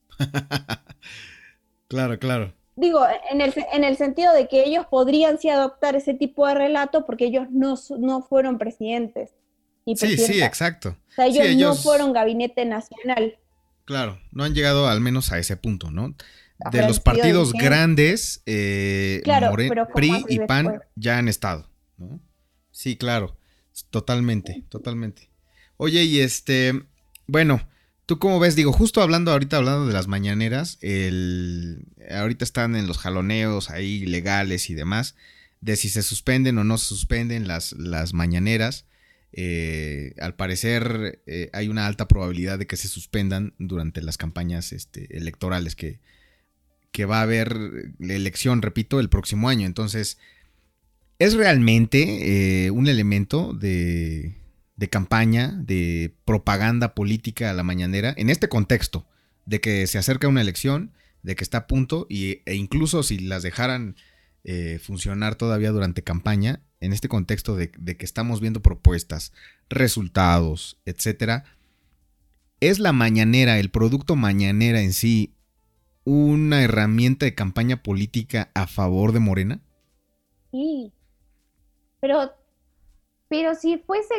Claro, claro. Digo, en el, en el sentido de que ellos podrían sí adoptar ese tipo de relato porque ellos no, no fueron presidentes ni Sí, sí, presidentas. exacto. O sea, Sí, ellos, no ellos, fueron gabinete nacional. claro, no han llegado al menos a ese punto, ¿no? De Habrán los sido partidos dirigentes. grandes, eh, Claro, More- pero ¿cómo P R I haces y P A N después? ya han estado, ¿no? Sí, claro, totalmente, totalmente. Oye, y este, bueno, ¿tú cómo ves? Digo, justo hablando ahorita, hablando de las mañaneras, el, ahorita están en los jaloneos ahí legales y demás, de si se suspenden o no se suspenden las, las mañaneras. Eh, al parecer eh, hay una alta probabilidad de que se suspendan durante las campañas este, electorales que, que va a haber la elección, repito, el próximo año. Entonces, ¿es realmente eh, un elemento de, de campaña, de propaganda política a la mañanera, en este contexto de que se acerca una elección, de que está a punto, y, e incluso si las dejaran eh, funcionar todavía durante campaña, en este contexto de, de que estamos viendo propuestas, resultados, etcétera, ¿es la mañanera, el producto mañanera en sí, una herramienta de campaña política a favor de Morena? Sí, pero, pero si fuese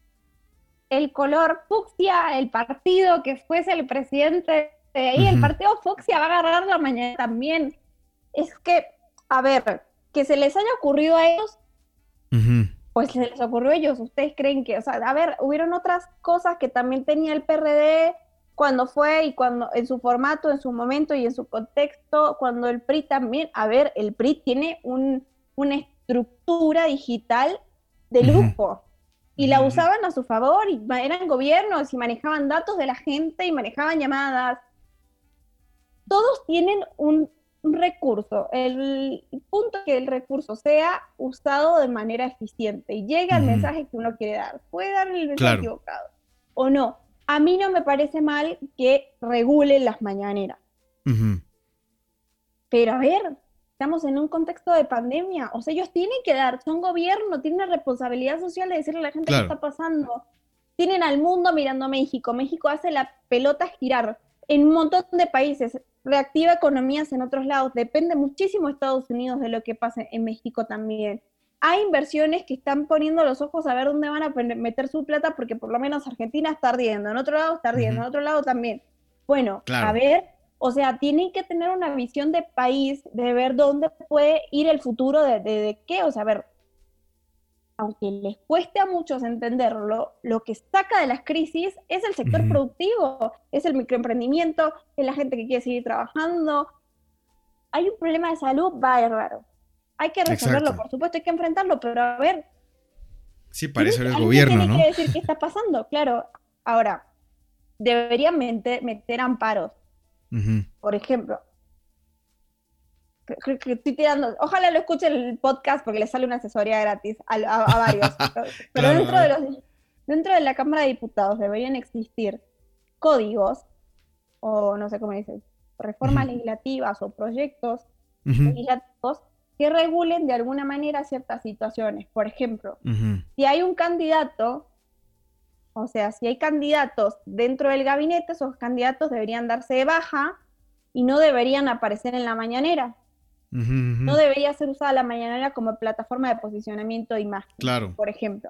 el color fucsia, el partido que fuese el presidente de ahí, uh-huh. El partido fucsia va a agarrar la mañana también. Es que, a ver, que se les haya ocurrido a ellos, uh-huh. Pues se les ocurrió a ellos. ¿Ustedes creen que, o sea, a ver, hubieron otras cosas que también tenía el P R D cuando fue y cuando, en su formato, en su momento y en su contexto, cuando el P R I también, a ver, el P R I tiene un, una estructura digital de lujo. Uh-huh. Y la usaban a su favor, y eran gobiernos, y manejaban datos de la gente, y manejaban llamadas. Todos tienen un, un recurso. El punto es que el recurso sea usado de manera eficiente, y llega uh-huh. el mensaje que uno quiere dar. Puede dar el mensaje claro. equivocado, o no. A mí no me parece mal que regulen las mañaneras. Uh-huh. Pero a ver, estamos en un contexto de pandemia, o sea, ellos tienen que dar, son gobierno, tienen la responsabilidad social de decirle a la gente claro. qué está pasando. Tienen al mundo mirando a México, México hace la pelota girar en un montón de países, reactiva economías en otros lados, depende muchísimo Estados Unidos de lo que pase en México también. Hay inversiones que están poniendo los ojos a ver dónde van a meter su plata, porque por lo menos Argentina está ardiendo, en otro lado está ardiendo, uh-huh. en otro lado también. Bueno, claro. a ver... O sea, tienen que tener una visión de país, de ver dónde puede ir el futuro de, de, de qué. O sea, a ver, aunque les cueste a muchos entenderlo, lo que saca de las crisis es el sector uh-huh. productivo, es el microemprendimiento, es la gente que quiere seguir trabajando. Hay un problema de salud bárbaro. Hay que resolverlo, Exacto. por supuesto, hay que enfrentarlo, pero a ver... Sí, para eso el gobierno, tiene ¿no? que decir qué está pasando, claro. Ahora, deberían meter, meter amparos. Uh-huh. Por ejemplo, creo que estoy tirando, ojalá lo escuchen el podcast porque les sale una asesoría gratis a, a, a varios, pero, pero claro, dentro, de los, dentro de la Cámara de Diputados deberían existir códigos, o no sé cómo dicen, reformas uh-huh. legislativas o proyectos uh-huh. legislativos que regulen de alguna manera ciertas situaciones. Por ejemplo, uh-huh. si hay un candidato, o sea, si hay candidatos dentro del gabinete, esos candidatos deberían darse de baja y no deberían aparecer en la mañanera. Uh-huh, uh-huh. No debería ser usada la mañanera como plataforma de posicionamiento de imagen, claro. por ejemplo.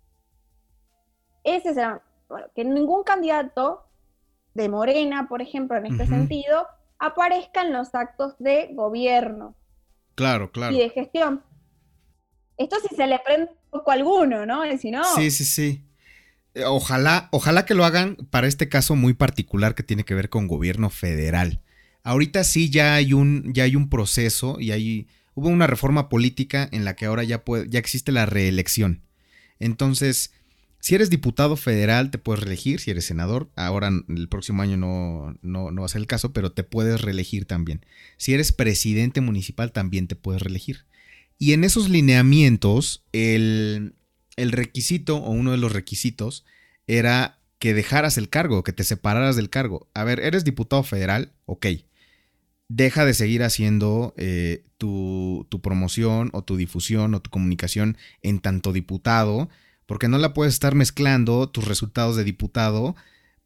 Ese será, bueno, que ningún candidato de Morena, por ejemplo, en este uh-huh. sentido, aparezca en los actos de gobierno. Claro, claro. Y de gestión. Esto si se le prende un poco a alguno, ¿no? Y si no... Sí, sí, sí. Ojalá, ojalá que lo hagan para este caso muy particular que tiene que ver con gobierno federal. Ahorita sí ya hay un, ya hay un proceso y hay, hubo una reforma política en la que ahora ya, puede, ya existe la reelección. Entonces, si eres diputado federal te puedes reelegir, si eres senador, ahora el próximo año no, no, no va a ser el caso, pero te puedes reelegir también. Si eres presidente municipal también te puedes reelegir. Y en esos lineamientos, el... el requisito o uno de los requisitos era que dejaras el cargo, que te separaras del cargo. A ver, eres diputado federal, ok. Deja de seguir haciendo eh, tu, tu promoción o tu difusión o tu comunicación en tanto diputado, porque no la puedes estar mezclando tus resultados de diputado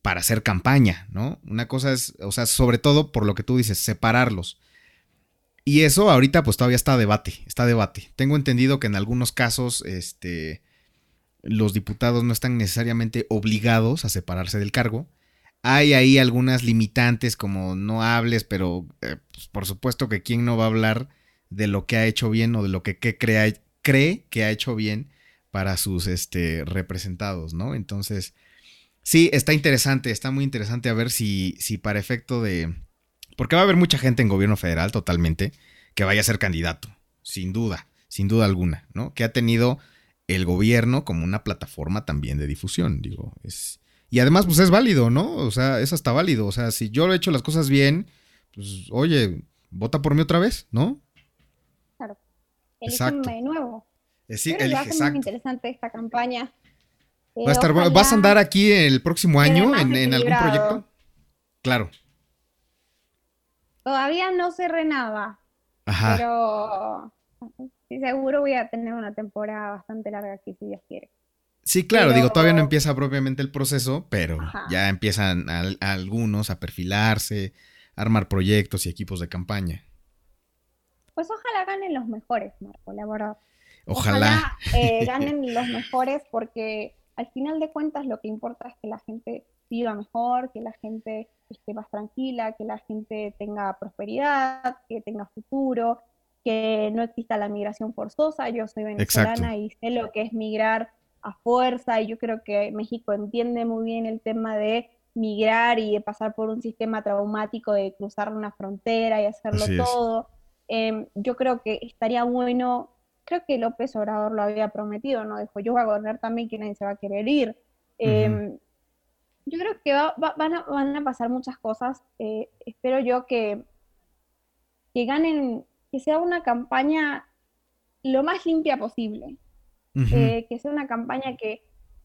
para hacer campaña, ¿no? Una cosa es, o sea, sobre todo por lo que tú dices, separarlos. Y eso ahorita pues todavía está a debate, está a debate. Tengo entendido que en algunos casos, este, los diputados no están necesariamente obligados a separarse del cargo. Hay ahí algunas limitantes como no hables, pero eh, pues, por supuesto que quién no va a hablar de lo que ha hecho bien o de lo que, que crea, cree que ha hecho bien para sus este, representados, ¿no? Entonces, sí, está interesante, está muy interesante a ver si, si para efecto de... Porque va a haber mucha gente en gobierno federal totalmente que vaya a ser candidato, sin duda, sin duda alguna, ¿no? Que ha tenido el gobierno como una plataforma también de difusión, digo, es... Y además, pues es válido, ¿no? O sea, es hasta válido. O sea, si yo he hecho las cosas bien, pues, oye, vota por mí otra vez, ¿no? Claro. Exacto. Elígeme de nuevo. Eh, sí, Yo creo que va a elige, ser muy exacto. interesante esta campaña. Va a Eh, estar bueno. ¿Vas a andar aquí el próximo quede año más en, en algún equilibrado. proyecto? Claro. Todavía no cerré nada, Ajá. pero sí, seguro voy a tener una temporada bastante larga aquí, si Dios quiere. Sí, claro, Pero, digo, todavía no empieza propiamente el proceso, pero ajá, ya empiezan a, a algunos a perfilarse, a armar proyectos y equipos de campaña. pues ojalá ganen los mejores, Marco, la verdad. Ojalá. Ojalá eh, ganen los mejores porque al final de cuentas lo que importa es que la gente viva mejor, que la gente esté más tranquila, que la gente tenga prosperidad, que tenga futuro, que no exista la migración forzosa. Yo soy Exacto. venezolana y sé lo que es migrar a fuerza y yo creo que México entiende muy bien el tema de migrar y de pasar por un sistema traumático de cruzar una frontera y hacerlo Así es. todo. Eh, yo creo que estaría bueno, creo que López Obrador lo había prometido, ¿no? Dijo, yo voy a gobernar también, que nadie se va a querer ir. Uh-huh. Eh, yo creo que va, va, van, a, van, a, pasar muchas cosas. Eh, espero yo que, que ganen, que sea una campaña lo más limpia posible. Uh-huh. Eh, que sea una campaña que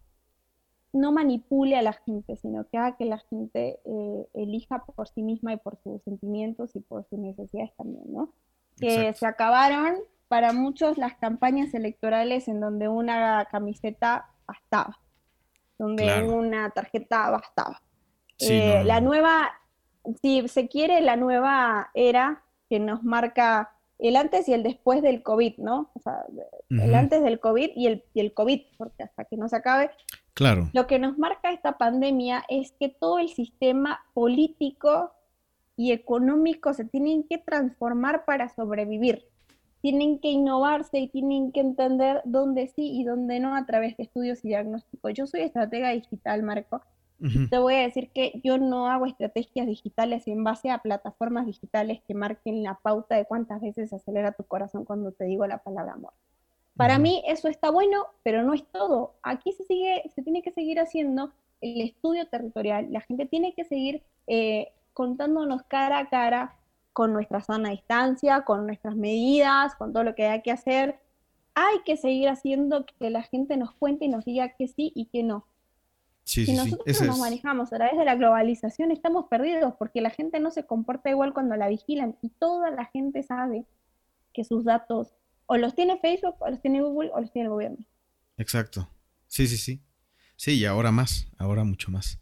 no manipule a la gente, sino que haga que la gente eh, elija por sí misma y por sus sentimientos y por sus necesidades también, ¿no? Que Exacto. se acabaron para muchos las campañas electorales en donde una camiseta bastaba, donde Claro. una tarjeta bastaba. Sí, no, Eh, no, la no. nueva, si se quiere, la nueva era que nos marca el antes y el después del COVID, ¿no? O sea, el Uh-huh. antes del COVID y el, y el COVID, porque hasta que no se acabe, Claro. lo que nos marca esta pandemia es que todo el sistema político y económico se tienen que transformar para sobrevivir. Tienen que innovarse y tienen que entender dónde sí y dónde no a través de estudios y diagnósticos. Yo soy estratega digital, Marco, y Uh-huh. te voy a decir que yo no hago estrategias digitales en base a plataformas digitales que marquen la pauta de cuántas veces acelera tu corazón cuando te digo la palabra amor. Para Uh-huh. mí eso está bueno, pero no es todo. Aquí se sigue, se tiene que seguir haciendo el estudio territorial. La gente tiene que seguir eh, contándonos cara a cara con nuestra sana distancia, con nuestras medidas, con todo lo que hay que hacer. Hay que seguir haciendo que la gente nos cuente y nos diga que sí y que no. Sí, Si sí, sí. nosotros Ese nos es. manejamos a través de la globalización, estamos perdidos porque la gente no se comporta igual cuando la vigilan y toda la gente sabe que sus datos o los tiene Facebook, o los tiene Google, o los tiene el gobierno. Exacto. Sí, sí, sí. Sí, y ahora más, ahora mucho más.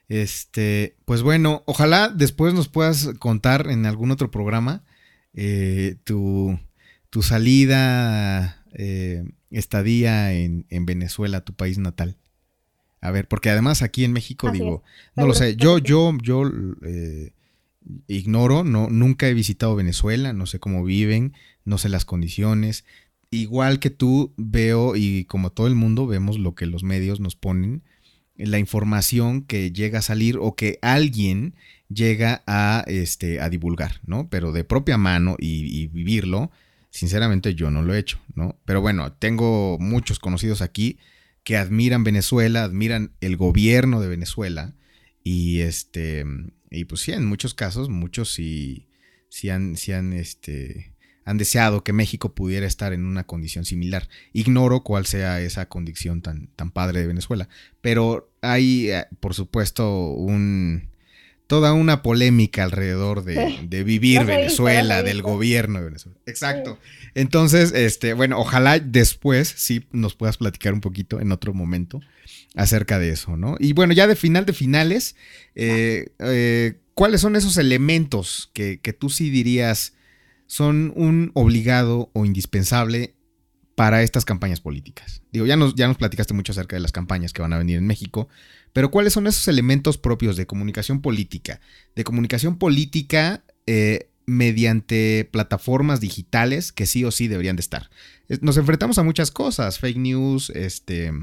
Este, pues bueno, ojalá después nos puedas contar en algún otro programa eh, tu, tu salida, eh, estadía en, en Venezuela, tu país natal. A ver, porque además aquí en México Así es, digo, no lo seguro sé, que yo, sí. yo, yo eh, ignoro, no, nunca he visitado Venezuela, no sé cómo viven, no sé las condiciones. Igual que tú veo y como todo el mundo vemos lo que los medios nos ponen, la información que llega a salir o que alguien llega a, este, a divulgar, ¿no? Pero de propia mano y, y vivirlo, sinceramente yo no lo he hecho, ¿no? Pero bueno, tengo muchos conocidos aquí que admiran Venezuela, admiran el gobierno de Venezuela y este y pues sí, en muchos casos muchos sí, sí han, sí han este han deseado que México pudiera estar en una condición similar. Ignoro cuál sea esa condición tan, tan padre de Venezuela, pero hay, por supuesto, un toda una polémica alrededor de, Sí. de vivir Los he visto, Venezuela, los he del visto. gobierno de Venezuela. Exacto. Sí. Entonces, este, bueno, ojalá después sí nos puedas platicar un poquito en otro momento acerca de eso, ¿no? Y bueno, ya de final de finales, eh, eh, ¿cuáles son esos elementos que, que tú sí dirías son un obligado o indispensable para estas campañas políticas? Digo, ya nos, ya nos platicaste mucho acerca de las campañas que van a venir en México, pero ¿cuáles son esos elementos propios de comunicación política? De comunicación política eh, mediante plataformas digitales que sí o sí deberían de estar. Nos enfrentamos a muchas cosas, fake news, este,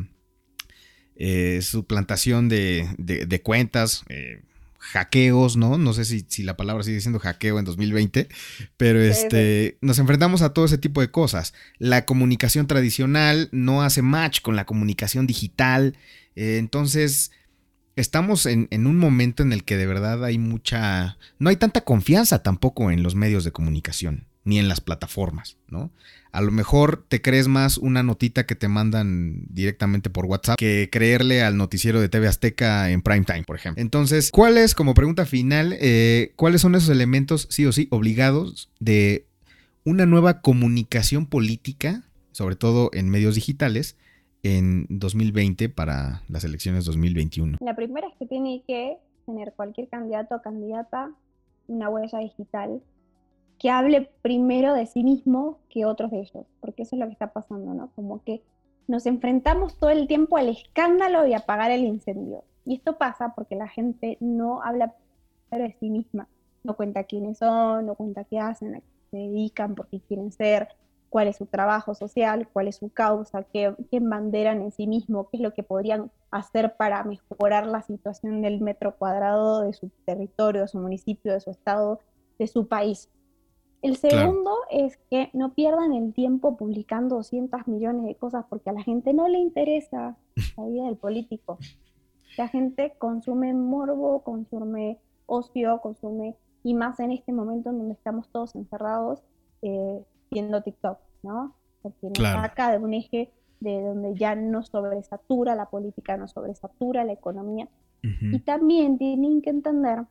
eh, suplantación de, de, de cuentas, eh, hackeos, ¿no? No sé si, si la palabra sigue siendo hackeo en dos mil veinte, pero este, sí, sí. Nos enfrentamos a todo ese tipo de cosas. La comunicación tradicional no hace match con la comunicación digital, eh, entonces estamos en, en un momento en el que de verdad hay mucha, no hay tanta confianza tampoco en los medios de comunicación, ni en las plataformas, ¿no? A lo mejor te crees más una notita que te mandan directamente por WhatsApp que creerle al noticiero de T V Azteca en prime time, por ejemplo. Entonces, ¿cuál es, como pregunta final, eh, cuáles son esos elementos, sí o sí, obligados de una nueva comunicación política, sobre todo en medios digitales, en dos mil veinte para las elecciones dos mil veintiuno? La primera es que tiene que tener cualquier candidato o candidata una huella digital que hable primero de sí mismo que otros de ellos, porque eso es lo que está pasando, ¿no? Como que nos enfrentamos todo el tiempo al escándalo y a apagar el incendio. Y esto pasa porque la gente no habla primero de sí misma, no cuenta quiénes son, no cuenta qué hacen, a qué se dedican, por qué quieren ser, cuál es su trabajo social, cuál es su causa, qué, qué embanderan en sí mismo, qué es lo que podrían hacer para mejorar la situación del metro cuadrado de su territorio, de su municipio, de su estado, de su país. El segundo claro. es que no pierdan el tiempo publicando doscientos millones de cosas porque a la gente no le interesa la vida del político. La gente consume morbo, consume ocio, consume, y más en este momento en donde estamos todos encerrados eh, viendo TikTok, ¿no? Porque nos claro. saca de un eje de donde ya no sobresatura la política, no sobresatura la economía. Uh-huh. Y también tienen que entender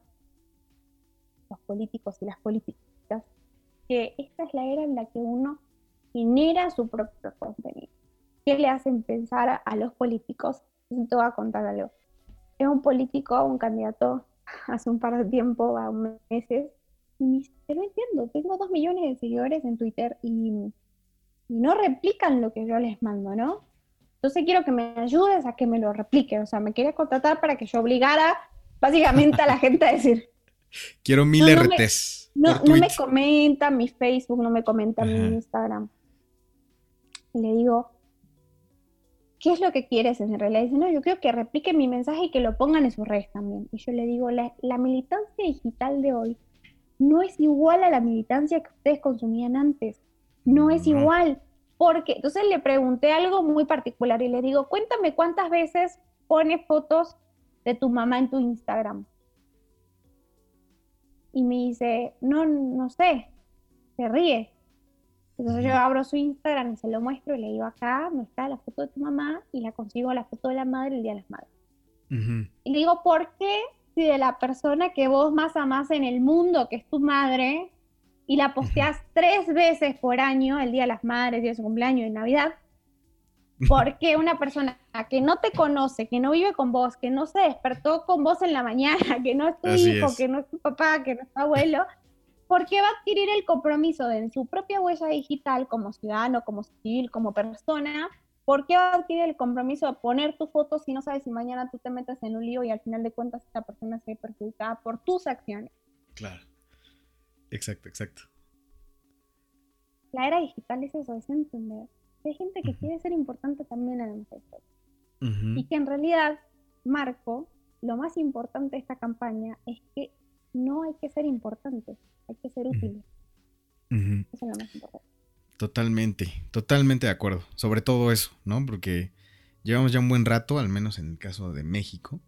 los políticos y las políticas que esta es la era en la que uno genera su propio contenido. ¿Qué le hacen pensar a, a los políticos? Yo te voy a contar algo. Es un político, un candidato, hace un par de tiempo, a meses, y me dice, no entiendo, tengo dos millones de seguidores en Twitter y, y no replican lo que yo les mando, ¿no? Entonces quiero que me ayudes a que me lo repliquen. O sea, me quería contratar para que yo obligara básicamente a la gente a decir... Quiero mil no, R no Ts. Me, no, no me comenta mi Facebook, no me comenta Ajá. mi Instagram. Y le digo, ¿qué es lo que quieres en realidad? Dice, no, yo quiero que repliquen mi mensaje y que lo pongan en sus redes también. Y yo le digo, la, la militancia digital de hoy no es igual a la militancia que ustedes consumían antes. No es no. igual. Porque, entonces le pregunté algo muy particular y le digo, cuéntame cuántas veces pones fotos de tu mamá en tu Instagram. Y me dice, no, no sé, se ríe. Entonces uh-huh. yo abro su Instagram y se lo muestro y le digo, acá no está la foto de tu mamá y la consigo la foto de la madre el día de las madres. Uh-huh. Y le digo, ¿por qué si de la persona que vos más amás en el mundo, que es tu madre, y la posteás uh-huh. tres veces por año, el día de las madres, el día de su cumpleaños y Navidad, ¿por qué una persona que no te conoce, que no vive con vos, que no se despertó con vos en la mañana, que no es tu Así hijo, es. que no es tu papá, que no es tu abuelo, ¿por qué va a adquirir el compromiso de en su propia huella digital como ciudadano, como civil, como persona? ¿Por qué va a adquirir el compromiso de poner tu foto si no sabes si mañana tú te metes en un lío y al final de cuentas esta persona se ve perjudicada por tus acciones? Claro. Exacto, exacto. La era digital es eso, es entender. Hay gente que uh-huh. quiere ser importante también en el sector. Uh-huh. Y que en realidad, Marco, lo más importante de esta campaña es que no hay que ser importante, hay que ser útiles. Uh-huh. Eso es lo más importante. Totalmente, totalmente de acuerdo. Sobre todo eso, ¿no? Porque llevamos ya un buen rato, al menos en el caso de México,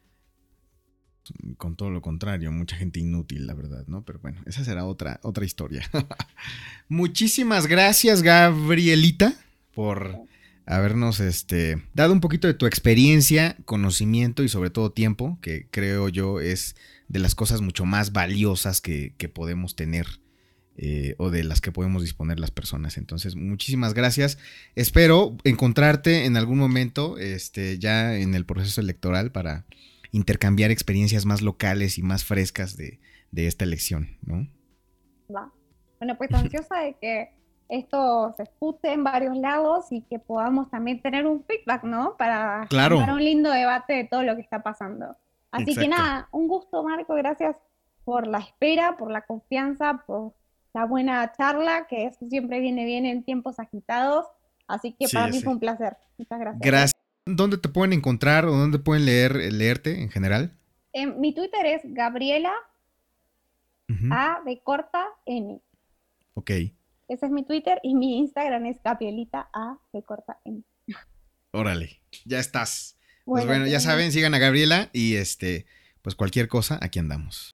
con todo lo contrario, mucha gente inútil, la verdad, ¿no? Pero bueno, esa será otra, otra historia. Muchísimas gracias, Gabrielita, por habernos este, dado un poquito de tu experiencia, conocimiento y sobre todo tiempo, que creo yo es de las cosas mucho más valiosas que, que podemos tener eh, o de las que podemos disponer las personas. Entonces, muchísimas gracias. Espero encontrarte en algún momento este, ya en el proceso electoral para intercambiar experiencias más locales y más frescas de, de esta elección, ¿no? Va. Bueno, pues ansiosa de que esto se escuche en varios lados y que podamos también tener un feedback, ¿no? Para Claro. generar un lindo debate de todo lo que está pasando. Así Exacto. que nada, un gusto, Marco, gracias por la espera, por la confianza, por la buena charla, que eso siempre viene bien en tiempos agitados. Así que Sí, para mí sí. fue un placer. Muchas gracias. Gracias. ¿Dónde te pueden encontrar o dónde pueden leer, leerte en general? Eh, mi Twitter es Gabriela Uh-huh. A de corta N. Ok. Ese es mi Twitter y mi Instagram es Gabrielita A de corta N. Órale, ya estás. Bueno, Pues bueno, ya sí. saben, sigan a Gabriela y este, pues cualquier cosa, aquí andamos.